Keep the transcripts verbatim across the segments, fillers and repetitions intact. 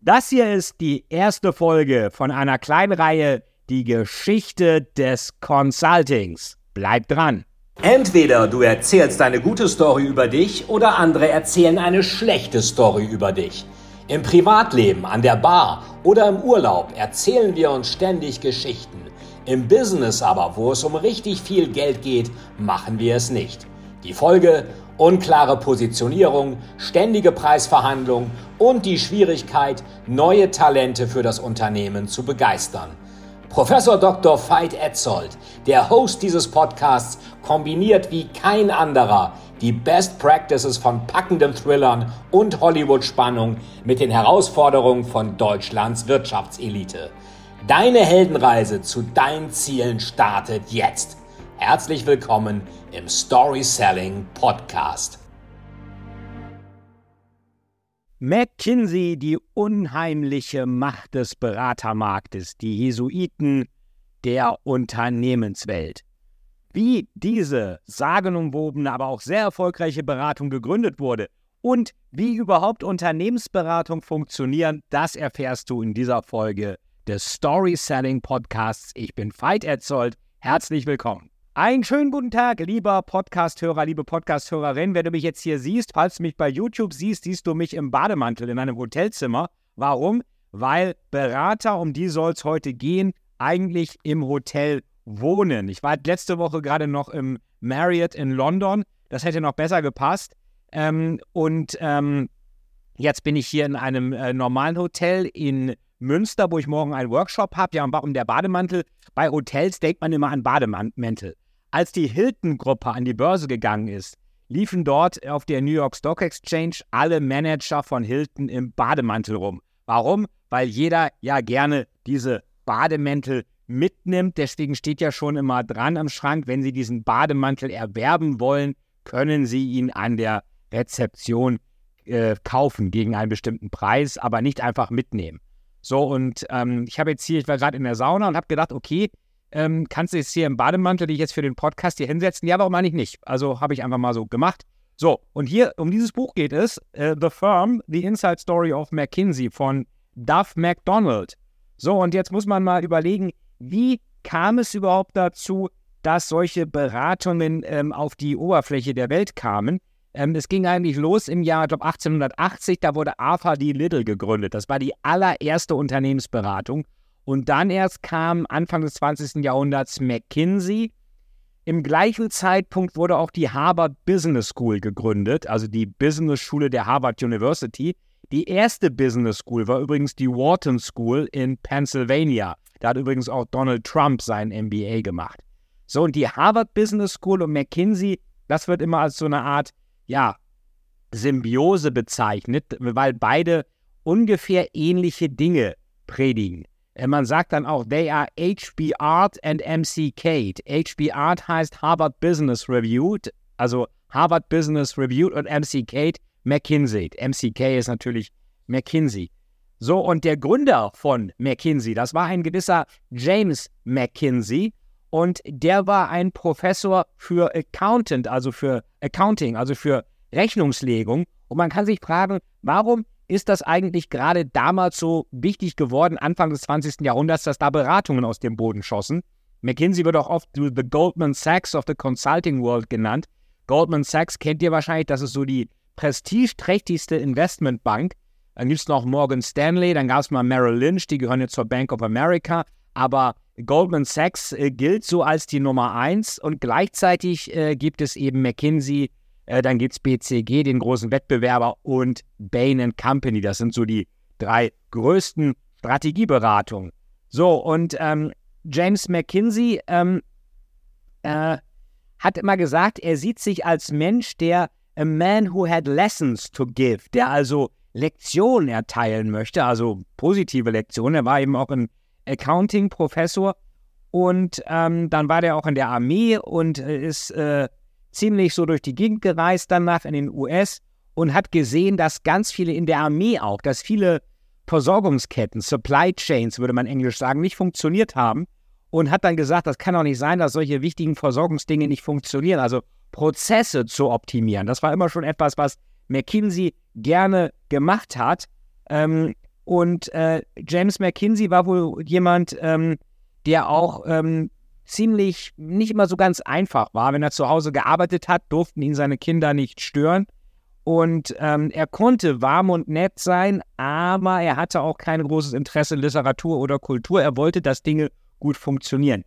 Das hier ist die erste Folge von einer kleinen Reihe, die Geschichte des Consultings. Bleibt dran! Entweder du erzählst eine gute Story über dich oder andere erzählen eine schlechte Story über dich. Im Privatleben, an der Bar oder im Urlaub erzählen wir uns ständig Geschichten. Im Business aber, wo es um richtig viel Geld geht, machen wir es nicht. Die Folge: unklare Positionierung, ständige Preisverhandlungen und die Schwierigkeit, neue Talente für das Unternehmen zu begeistern. Professor Doktor Veit Etzold, der Host dieses Podcasts, kombiniert wie kein anderer die Best Practices von packenden Thrillern und Hollywood-Spannung mit den Herausforderungen von Deutschlands Wirtschaftselite. Deine Heldenreise zu deinen Zielen startet jetzt. Herzlich willkommen im Story Selling Podcast. McKinsey, die unheimliche Macht des Beratermarktes, die Jesuiten der Unternehmenswelt. Wie diese sagenumwobene, aber auch sehr erfolgreiche Beratung gegründet wurde und wie überhaupt Unternehmensberatung funktionieren, das erfährst du in dieser Folge des Story Selling Podcasts. Ich bin Veit Etzold. Herzlich willkommen. Einen schönen guten Tag, lieber Podcast-Hörer, liebe Podcast-Hörerin. Wenn du mich jetzt hier siehst, falls du mich bei YouTube siehst, siehst du mich im Bademantel in einem Hotelzimmer. Warum? Weil Berater, um die soll es heute gehen, eigentlich im Hotel wohnen. Ich war letzte Woche gerade noch im Marriott in London. Das hätte noch besser gepasst. Ähm, und ähm, jetzt bin ich hier in einem äh, normalen Hotel in Münster, wo ich morgen einen Workshop habe. Ja, und warum der Bademantel? Bei Hotels denkt man immer an Bademäntel. Als die Hilton-Gruppe an die Börse gegangen ist, liefen dort auf der New York Stock Exchange alle Manager von Hilton im Bademantel rum. Warum? Weil jeder ja gerne diese Bademäntel mitnimmt. Deswegen steht ja schon immer dran am Schrank, wenn Sie diesen Bademantel erwerben wollen, können Sie ihn an der Rezeption äh, kaufen gegen einen bestimmten Preis, aber nicht einfach mitnehmen. So, und ähm, ich habe jetzt hier, ich war gerade in der Sauna und habe gedacht, okay, ähm, kannst du jetzt hier im Bademantel dich jetzt für den Podcast hier hinsetzen? Ja, warum eigentlich nicht? Also habe ich einfach mal so gemacht. So, und hier, um dieses Buch geht es, äh, The Firm, The Inside Story of McKinsey von Duff McDonald. So, und jetzt muss man mal überlegen, wie kam es überhaupt dazu, dass solche Beratungen ähm, auf die Oberfläche der Welt kamen? Ähm, es ging eigentlich los im Jahr, ich glaube achtzehnhundertachtzig, da wurde Arthur D. Little gegründet. Das war die allererste Unternehmensberatung. Und dann erst kam Anfang des zwanzigsten Jahrhunderts McKinsey. Im gleichen Zeitpunkt wurde auch die Harvard Business School gegründet, also die Business-Schule der Harvard University. Die erste Business School war übrigens die Wharton School in Pennsylvania. Da hat übrigens auch Donald Trump sein M B A gemacht. So, und die Harvard Business School und McKinsey, das wird immer als so eine Art, ja, Symbiose bezeichnet, weil beide ungefähr ähnliche Dinge predigen. Man sagt dann auch, they are H B Art and M C Kate. H B Art heißt Harvard Business Reviewed, also Harvard Business Reviewed, und M C Kate McKinsey. M C K ist natürlich McKinsey. So, und der Gründer von McKinsey, das war ein gewisser James McKinsey, und der war ein Professor für Accountant, also für Accounting, also für Rechnungslegung. Und man kann sich fragen, warum ist das eigentlich gerade damals so wichtig geworden, Anfang des zwanzigsten Jahrhunderts, dass da Beratungen aus dem Boden schossen? McKinsey wird auch oft the Goldman Sachs of the Consulting World genannt. Goldman Sachs kennt ihr wahrscheinlich, das ist so die prestigeträchtigste Investmentbank. Dann gibt es noch Morgan Stanley, dann gab es mal Merrill Lynch, die gehören jetzt zur Bank of America. Aber Goldman Sachs äh, gilt so als die Nummer eins, und gleichzeitig äh, gibt es eben McKinsey, äh, dann gibt es B C G, den großen Wettbewerber, und Bain and Company. Das sind so die drei größten Strategieberatungen. So, und ähm, James McKinsey ähm, äh, hat immer gesagt, er sieht sich als Mensch, der a man who had lessons to give, der also Lektionen erteilen möchte, also positive Lektionen. Er war eben auch ein Accounting-Professor, und ähm, dann war der auch in der Armee und äh, ist äh, ziemlich so durch die Gegend gereist danach in den U S und hat gesehen, dass ganz viele in der Armee auch, dass viele Versorgungsketten, Supply Chains, würde man englisch sagen, nicht funktioniert haben, und hat dann gesagt, das kann doch nicht sein, dass solche wichtigen Versorgungsdinge nicht funktionieren, also Prozesse zu optimieren. Das war immer schon etwas, was McKinsey gerne gemacht hat. Ähm, Und äh, James McKinsey war wohl jemand, ähm, der auch ähm, ziemlich nicht immer so ganz einfach war. Wenn er zu Hause gearbeitet hat, durften ihn seine Kinder nicht stören. Und ähm, er konnte warm und nett sein, aber er hatte auch kein großes Interesse in Literatur oder Kultur. Er wollte, dass Dinge gut funktionieren.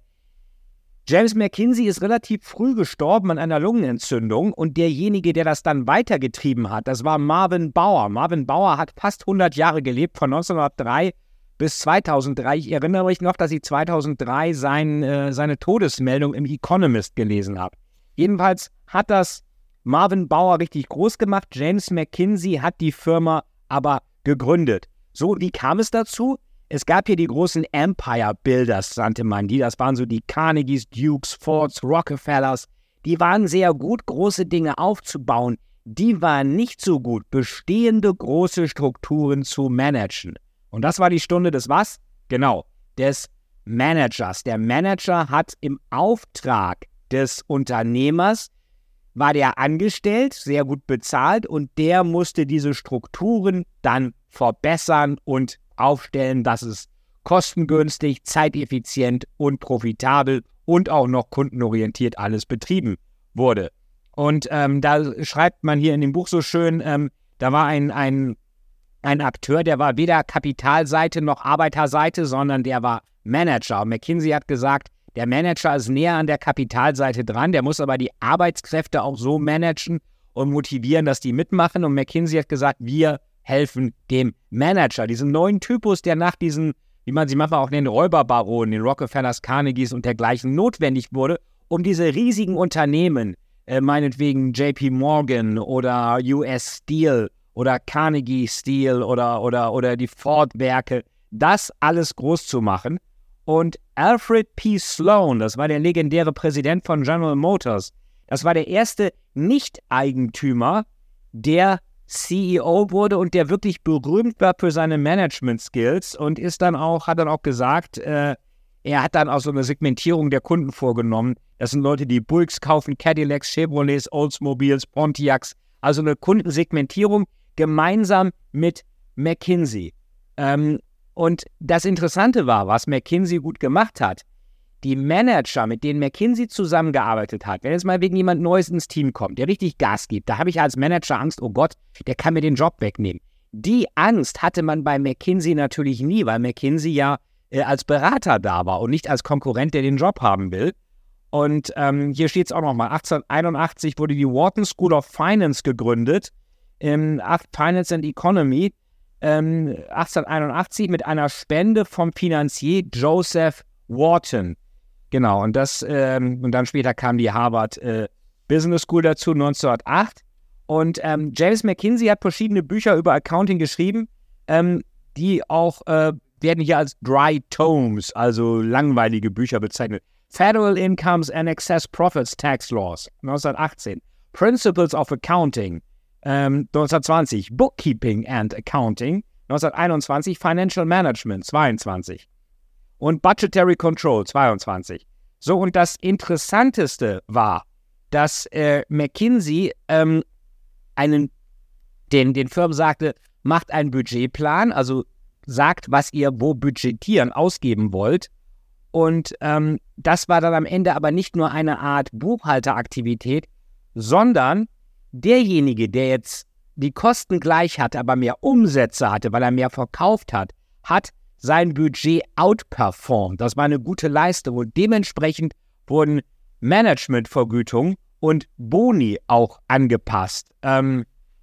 James McKinsey ist relativ früh gestorben an einer Lungenentzündung und derjenige, der das dann weitergetrieben hat, das war Marvin Bower. Marvin Bower hat fast hundert Jahre gelebt, von neunzehnhundertdrei bis zweitausenddrei. Ich erinnere mich noch, dass ich zweitausenddrei sein, äh, seine Todesmeldung im Economist gelesen habe. Jedenfalls hat das Marvin Bower richtig groß gemacht. James McKinsey hat die Firma aber gegründet. So, wie kam es dazu? Es gab hier die großen Empire Builders, nannte man die. Das waren so die Carnegies, Dukes, Fords, Rockefellers. Die waren sehr gut, große Dinge aufzubauen. Die waren nicht so gut, bestehende große Strukturen zu managen. Und das war die Stunde des was? Genau, des Managers. Der Manager hat im Auftrag des Unternehmers, war der angestellt, sehr gut bezahlt, und der musste diese Strukturen dann verbessern und aufstellen, dass es kostengünstig, zeiteffizient und profitabel und auch noch kundenorientiert alles betrieben wurde. Und ähm, da schreibt man hier in dem Buch so schön, ähm, da war ein, ein, ein Akteur, der war weder Kapitalseite noch Arbeiterseite, sondern der war Manager. Und McKinsey hat gesagt, der Manager ist näher an der Kapitalseite dran, der muss aber die Arbeitskräfte auch so managen und motivieren, dass die mitmachen. Und McKinsey hat gesagt, wir helfen dem Manager, diesem neuen Typus, der nach diesen, wie man sie manchmal auch nennt, Räuberbaronen, den Rockefellers, Carnegies und dergleichen notwendig wurde, um diese riesigen Unternehmen, äh, meinetwegen J P Morgan oder U S Steel oder Carnegie Steel oder, oder, oder die Ford-Werke, das alles groß zu machen. Und Alfred P. Sloan, das war der legendäre Präsident von General Motors, das war der erste Nicht-Eigentümer, der C E O wurde und der wirklich berühmt war für seine Management-Skills und ist dann auch, hat dann auch gesagt, äh, er hat dann auch so eine Segmentierung der Kunden vorgenommen. Das sind Leute, die Buicks kaufen, Cadillacs, Chevrolets, Oldsmobiles, Pontiacs, also eine Kundensegmentierung gemeinsam mit McKinsey. Ähm, und das Interessante war, was McKinsey gut gemacht hat, die Manager, mit denen McKinsey zusammengearbeitet hat, wenn jetzt mal wegen jemand Neues ins Team kommt, der richtig Gas gibt, da habe ich als Manager Angst, oh Gott, der kann mir den Job wegnehmen. Die Angst hatte man bei McKinsey natürlich nie, weil McKinsey ja äh, als Berater da war und nicht als Konkurrent, der den Job haben will. Und ähm, hier steht es auch nochmal, achtzehnhunderteinundachtzig wurde die Wharton School of Finance gegründet, ähm, Finance and Economy, ähm, achtzehnhunderteinundachtzig mit einer Spende vom Finanzier Joseph Wharton. Genau, und das ähm, und dann später kam die Harvard äh, Business School dazu, neunzehnhundertacht. Und ähm, James McKinsey hat verschiedene Bücher über Accounting geschrieben, ähm, die auch äh, werden hier als Dry Tomes, also langweilige Bücher bezeichnet. Federal Incomes and Excess Profits Tax Laws, neunzehnhundertachtzehn. Principles of Accounting, ähm, neunzehnhundertzwanzig. Bookkeeping and Accounting, neunzehnhunderteinundzwanzig. Financial Management, zweiundzwanzig. Und Budgetary Control, zweiundzwanzig. So, und das Interessanteste war, dass äh, McKinsey ähm, einen, den, den Firmen sagte, macht einen Budgetplan, also sagt, was ihr wo budgetieren, ausgeben wollt. Und ähm, das war dann am Ende aber nicht nur eine Art Buchhalteraktivität, sondern derjenige, der jetzt die Kosten gleich hatte, aber mehr Umsätze hatte, weil er mehr verkauft hat, hat sein Budget outperformed. Das war eine gute Leistung und dementsprechend wurden Managementvergütungen und Boni auch angepasst. Ähm,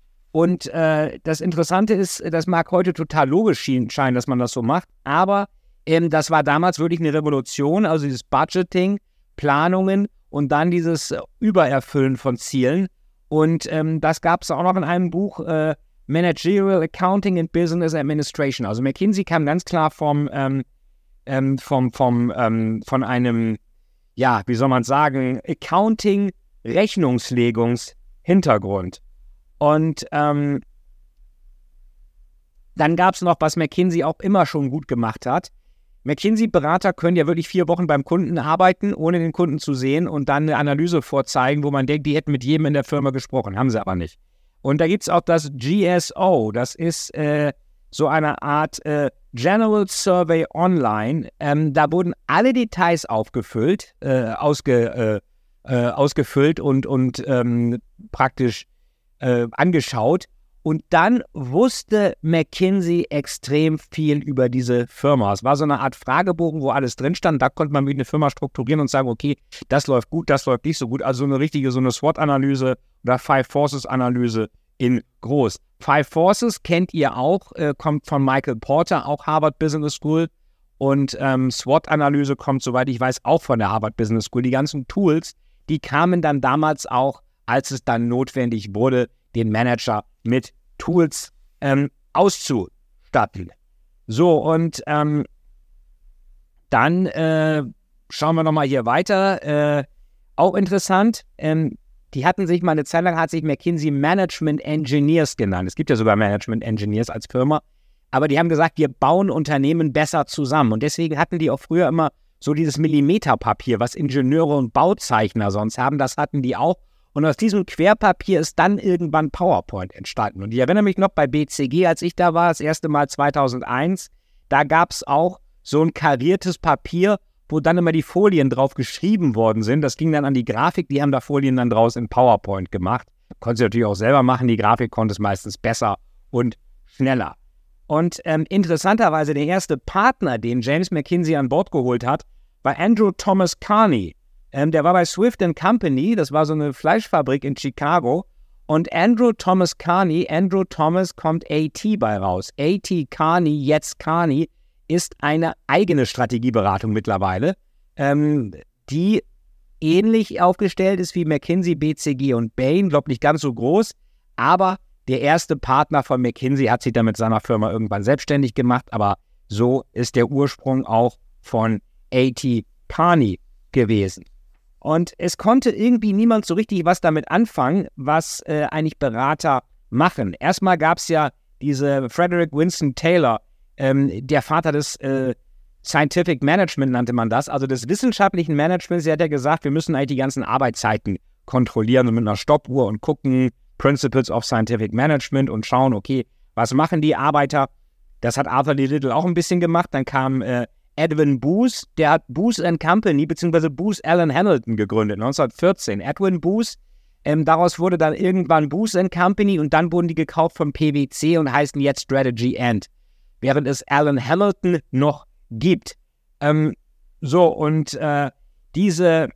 und äh, das Interessante ist, das mag heute total logisch scheinen, dass man das so macht, aber ähm, das war damals wirklich eine Revolution, also dieses Budgeting, Planungen und dann dieses Übererfüllen von Zielen. Und ähm, das gab es auch noch in einem Buch, äh, Managerial Accounting and Business Administration. Also McKinsey kam ganz klar vom, ähm, ähm, vom, vom, ähm, von einem, ja, wie soll man sagen, Accounting-Rechnungslegungs-Hintergrund. Und ähm, dann gab es noch, was McKinsey auch immer schon gut gemacht hat. McKinsey-Berater können ja wirklich vier Wochen beim Kunden arbeiten, ohne den Kunden zu sehen und dann eine Analyse vorzeigen, wo man denkt, die hätten mit jedem in der Firma gesprochen. Haben sie aber nicht. Und da gibt es auch das G S O, das ist äh, so eine Art äh, General Survey Online. Ähm, da wurden alle Details aufgefüllt, äh, ausge, äh, äh, ausgefüllt und, und ähm, praktisch äh, angeschaut. Und dann wusste McKinsey extrem viel über diese Firma. Es war so eine Art Fragebogen, wo alles drin stand. Da konnte man mit einer Firma strukturieren und sagen, okay, das läuft gut, das läuft nicht so gut. Also so eine richtige, so eine SWOT-Analyse oder Five Forces-Analyse in groß. Five Forces kennt ihr auch, äh, kommt von Michael Porter, auch Harvard Business School. Und ähm, SWOT-Analyse kommt, soweit ich weiß, auch von der Harvard Business School. Die ganzen Tools, die kamen dann damals auch, als es dann notwendig wurde, den Manager mit Tools ähm, auszustatten. So, und ähm, dann äh, schauen wir nochmal hier weiter. Äh, auch interessant, ähm, die hatten sich mal eine Zeit lang, hat sich McKinsey Management Engineers genannt. Es gibt ja sogar Management Engineers als Firma, aber die haben gesagt, wir bauen Unternehmen besser zusammen. Und deswegen hatten die auch früher immer so dieses Millimeterpapier, was Ingenieure und Bauzeichner sonst haben, das hatten die auch. Und aus diesem Querpapier ist dann irgendwann PowerPoint entstanden. Und ich erinnere mich noch bei B C G, als ich da war, das erste Mal zweitausendeins, da gab es auch so ein kariertes Papier, wo dann immer die Folien drauf geschrieben worden sind. Das ging dann an die Grafik, die haben da Folien dann draus in PowerPoint gemacht. Konntest du natürlich auch selber machen, die Grafik konnte es meistens besser und schneller. Und ähm, interessanterweise der erste Partner, den James McKinsey an Bord geholt hat, war Andrew Thomas Carney. Ähm, der war bei Swift and Company, das war so eine Fleischfabrik in Chicago. Und Andrew Thomas Carney, Andrew Thomas kommt A T bei raus. A T Carney, jetzt Carney, ist eine eigene Strategieberatung mittlerweile, ähm, die ähnlich aufgestellt ist wie McKinsey, B C G und Bain, glaube nicht ganz so groß, aber der erste Partner von McKinsey hat sich dann mit seiner Firma irgendwann selbstständig gemacht, aber so ist der Ursprung auch von A T Carney gewesen. Und es konnte irgendwie niemand so richtig was damit anfangen, was äh, eigentlich Berater machen. Erstmal gab es ja diese Frederick Winston Taylor, ähm, der Vater des äh, Scientific Management nannte man das, also des wissenschaftlichen Managements. Der hat ja gesagt, wir müssen eigentlich die ganzen Arbeitszeiten kontrollieren mit einer Stoppuhr und gucken, Principles of Scientific Management und schauen, okay, was machen die Arbeiter? Das hat Arthur D. Little auch ein bisschen gemacht. Dann kam äh, Edwin Booth, der hat Booth and Company bzw. Booth Allen Hamilton gegründet, neunzehnhundertvierzehn. Edwin Booth, ähm, daraus wurde dann irgendwann Booth and Company und dann wurden die gekauft von P W C und heißen jetzt Strategy and, während es Allen Hamilton noch gibt. Ähm, so, und äh, diese,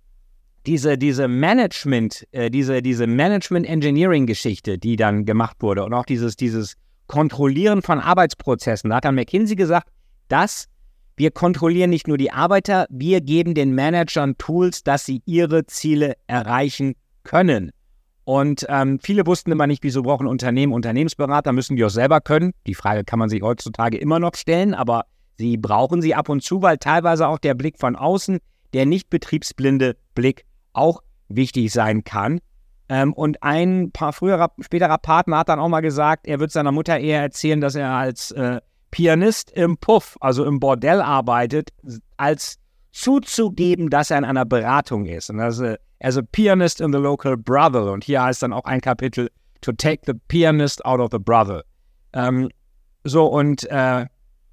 diese, diese Management, äh, diese, diese Management-Engineering-Geschichte, die dann gemacht wurde und auch dieses, dieses Kontrollieren von Arbeitsprozessen, da hat dann McKinsey gesagt, das wir kontrollieren nicht nur die Arbeiter, wir geben den Managern Tools, dass sie ihre Ziele erreichen können. Und ähm, viele wussten immer nicht, wieso brauchen Unternehmen Unternehmensberater, müssen die auch selber können. Die Frage kann man sich heutzutage immer noch stellen, aber sie brauchen sie ab und zu, weil teilweise auch der Blick von außen, der nicht betriebsblinde Blick, auch wichtig sein kann. Ähm, und ein paar früherer, späterer Partner hat dann auch mal gesagt, er wird seiner Mutter eher erzählen, dass er als äh, Pianist im Puff, also im Bordell arbeitet, als zuzugeben, dass er in einer Beratung ist. Und das ist as a pianist in the local brothel. Und hier heißt dann auch ein Kapitel, to take the pianist out of the brothel. Ähm, so, und äh,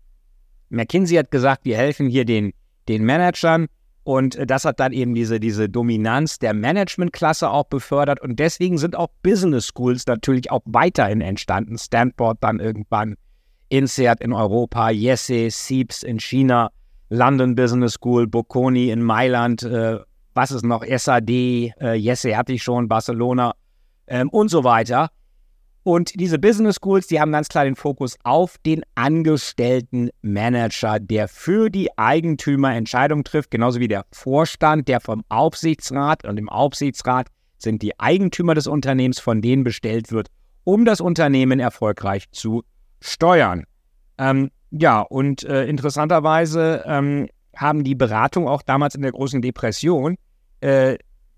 McKinsey hat gesagt, wir helfen hier den, den Managern. Und äh, das hat dann eben diese, diese Dominanz der Managementklasse auch befördert. Und deswegen sind auch Business Schools natürlich auch weiterhin entstanden. Stanford dann irgendwann, INSEAD in Europa, Yesse, SEEPS in China, London Business School, Bocconi in Mailand, äh, was ist noch, S A D, äh, Yesse hatte ich schon, Barcelona ähm, und so weiter. Und diese Business Schools, die haben ganz klar den Fokus auf den angestellten Manager, der für die Eigentümer Entscheidungen trifft, genauso wie der Vorstand, der vom Aufsichtsrat, und im Aufsichtsrat sind die Eigentümer des Unternehmens, von denen bestellt wird, um das Unternehmen erfolgreich zu steuern. Ähm, ja, und äh, interessanterweise ähm, haben die Beratung auch damals in der großen Depression äh,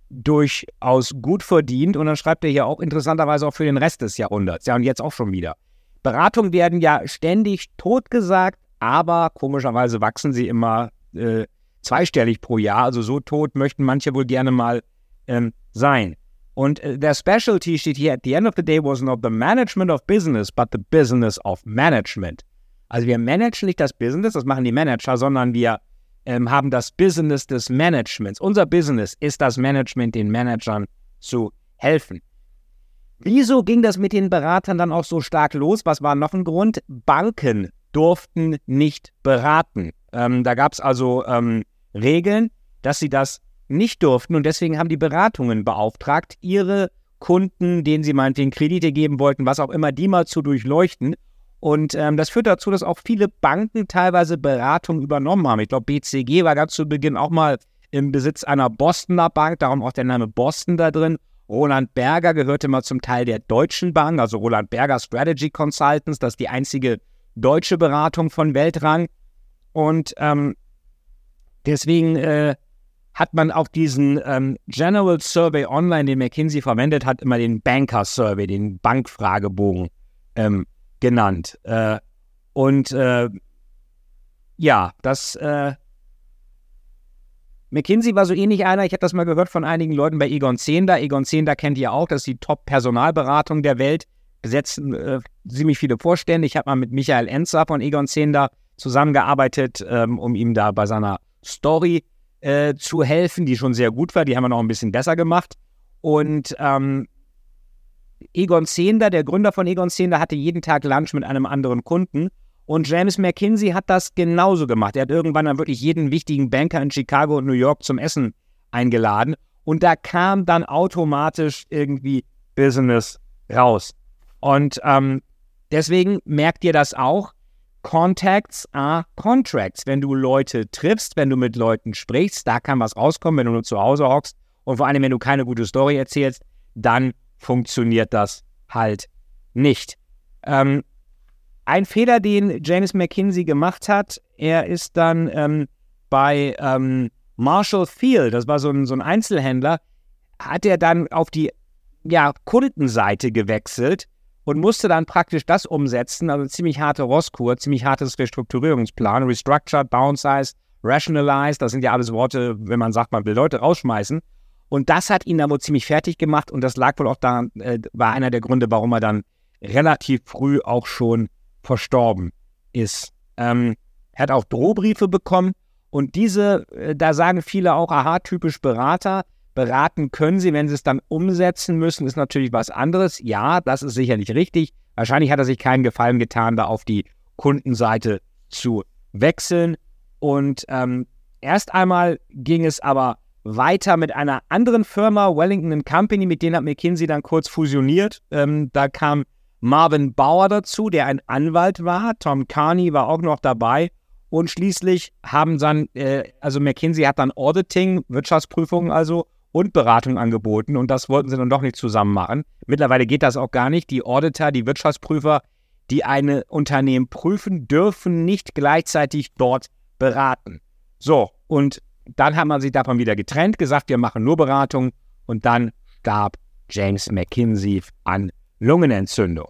durchaus gut verdient. Und dann schreibt er hier auch interessanterweise auch für den Rest des Jahrhunderts. Ja, und jetzt auch schon wieder. Beratungen werden ja ständig totgesagt, aber komischerweise wachsen sie immer äh, zweistellig pro Jahr. Also so tot möchten manche wohl gerne mal ähm, sein. Und uh, their specialty steht hier, at the end of the day was not the management of business, but the business of management. Also wir managen nicht das Business, das machen die Manager, sondern wir ähm, haben das Business des Managements. Unser Business ist das Management, den Managern zu helfen. Wieso ging das mit den Beratern dann auch so stark los? Was war noch ein Grund? Banken durften nicht beraten. Ähm, da gab es also ähm, Regeln, dass sie das nicht durften und deswegen haben die Beratungen beauftragt, ihre Kunden, denen sie meinetwegen Kredite geben wollten, was auch immer, die mal zu durchleuchten. Und ähm, das führt dazu, dass auch viele Banken teilweise Beratung übernommen haben. Ich glaube, B C G war ganz zu Beginn auch mal im Besitz einer Bostoner Bank, darum auch der Name Boston da drin. Roland Berger gehörte mal zum Teil der Deutschen Bank, also Roland Berger Strategy Consultants, das ist die einzige deutsche Beratung von Weltrang. Und ähm, deswegen äh, hat man auch diesen ähm, General Survey Online, den McKinsey verwendet hat, immer den Banker Survey, den Bankfragebogen ähm, genannt. Äh, und äh, ja, das äh, McKinsey war so ähnlich einer, ich habe das mal gehört von einigen Leuten bei Egon Zehnder. Egon Zehnder kennt ihr auch, das ist die Top-Personalberatung der Welt, besetzen äh, ziemlich viele Vorstände. Ich habe mal mit Michael Enzer von Egon Zehnder zusammengearbeitet, ähm, um ihm da bei seiner Story äh, zu helfen, die schon sehr gut war. Die haben wir noch ein bisschen besser gemacht. Und ähm, Egon Zehnder, der Gründer von Egon Zehnder, hatte jeden Tag Lunch mit einem anderen Kunden. Und James McKinsey hat das genauso gemacht. Er hat irgendwann dann wirklich jeden wichtigen Banker in Chicago und New York zum Essen eingeladen. Und da kam dann automatisch irgendwie Business raus. Und ähm, deswegen merkt ihr das auch. Contacts are contracts. Wenn du Leute triffst, wenn du mit Leuten sprichst, da kann was rauskommen, wenn du nur zu Hause hockst. Und vor allem, wenn du keine gute Story erzählst, dann funktioniert das halt nicht. Ähm, ein Fehler, den James McKinsey gemacht hat, er ist dann ähm, bei ähm, Marshall Field, das war so ein, so ein Einzelhändler, hat er dann auf die ja, Kundenseite gewechselt und musste dann praktisch das umsetzen, also ziemlich harte Rosskur, ziemlich hartes Restrukturierungsplan, restructured, downsized, rationalized, das sind ja alles Worte, wenn man sagt, man will Leute rausschmeißen. Und das hat ihn dann wohl ziemlich fertig gemacht und das lag wohl auch da, äh, war einer der Gründe, warum er dann relativ früh auch schon verstorben ist. Ähm, er hat auch Drohbriefe bekommen und diese, äh, da sagen viele auch, aha, typisch Berater, beraten können sie, wenn sie es dann umsetzen müssen, ist natürlich was anderes. Ja, das ist sicherlich richtig. Wahrscheinlich hat er sich keinen Gefallen getan, da auf die Kundenseite zu wechseln. Und ähm, erst einmal ging es aber weiter mit einer anderen Firma, Wellington and Company, mit denen hat McKinsey dann kurz fusioniert. Ähm, da kam Marvin Bauer dazu, der ein Anwalt war. Tom Carney war auch noch dabei. Und schließlich haben dann, äh, also McKinsey hat dann Auditing, Wirtschaftsprüfungen also, und Beratung angeboten. Und das wollten sie dann doch nicht zusammen machen. Mittlerweile geht das auch gar nicht. Die Auditor, die Wirtschaftsprüfer, die ein Unternehmen prüfen, dürfen nicht gleichzeitig dort beraten. So, und dann hat man sich davon wieder getrennt, gesagt, wir machen nur Beratung. Und dann starb James McKinsey an Lungenentzündung.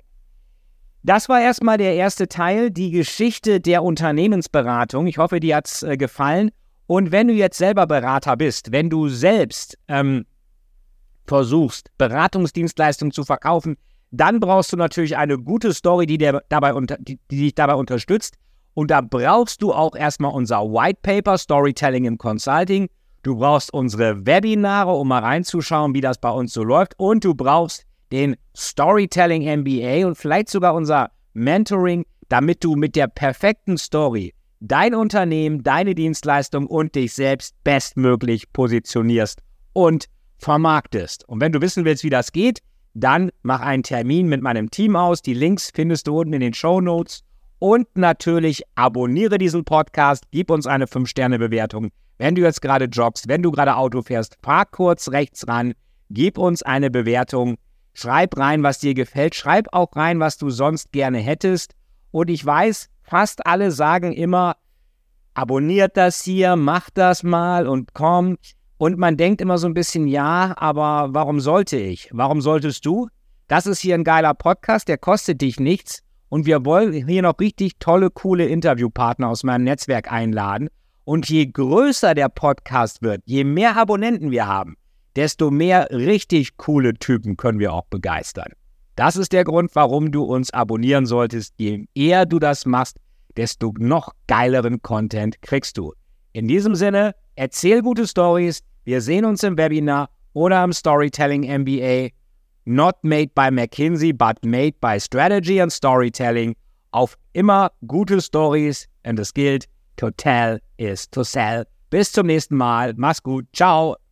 Das war erstmal der erste Teil, die Geschichte der Unternehmensberatung. Ich hoffe, dir hat es äh, gefallen. Und wenn du jetzt selber Berater bist, wenn du selbst ähm, versuchst, Beratungsdienstleistungen zu verkaufen, dann brauchst du natürlich eine gute Story, die, dir dabei unter, die, die dich dabei unterstützt. Und da brauchst du auch erstmal unser White Paper, Storytelling im Consulting. Du brauchst unsere Webinare, um mal reinzuschauen, wie das bei uns so läuft. Und du brauchst den Storytelling M B A und vielleicht sogar unser Mentoring, damit du mit der perfekten Story dein Unternehmen, deine Dienstleistung und dich selbst bestmöglich positionierst und vermarktest. Und wenn du wissen willst, wie das geht, dann mach einen Termin mit meinem Team aus. Die Links findest du unten in den Shownotes. Und natürlich abonniere diesen Podcast, gib uns eine fünf Sterne Bewertung. Wenn du jetzt gerade joggst, wenn du gerade Auto fährst, fahr kurz rechts ran, gib uns eine Bewertung. Schreib rein, was dir gefällt. Schreib auch rein, was du sonst gerne hättest. Und ich weiß, fast alle sagen immer, abonniert das hier, macht das mal und komm. Und man denkt immer so ein bisschen, ja, aber warum sollte ich? Warum solltest du? Das ist hier ein geiler Podcast, der kostet dich nichts. Und wir wollen hier noch richtig tolle, coole Interviewpartner aus meinem Netzwerk einladen. Und je größer der Podcast wird, je mehr Abonnenten wir haben, desto mehr richtig coole Typen können wir auch begeistern. Das ist der Grund, warum du uns abonnieren solltest. Je eher du das machst, desto noch geileren Content kriegst du. In diesem Sinne, erzähl gute Stories. Wir sehen uns im Webinar oder im Storytelling M B A. Not made by McKinsey, but made by Strategy and Storytelling. Auf immer gute Stories. Und es gilt, to tell is to sell. Bis zum nächsten Mal. Mach's gut. Ciao.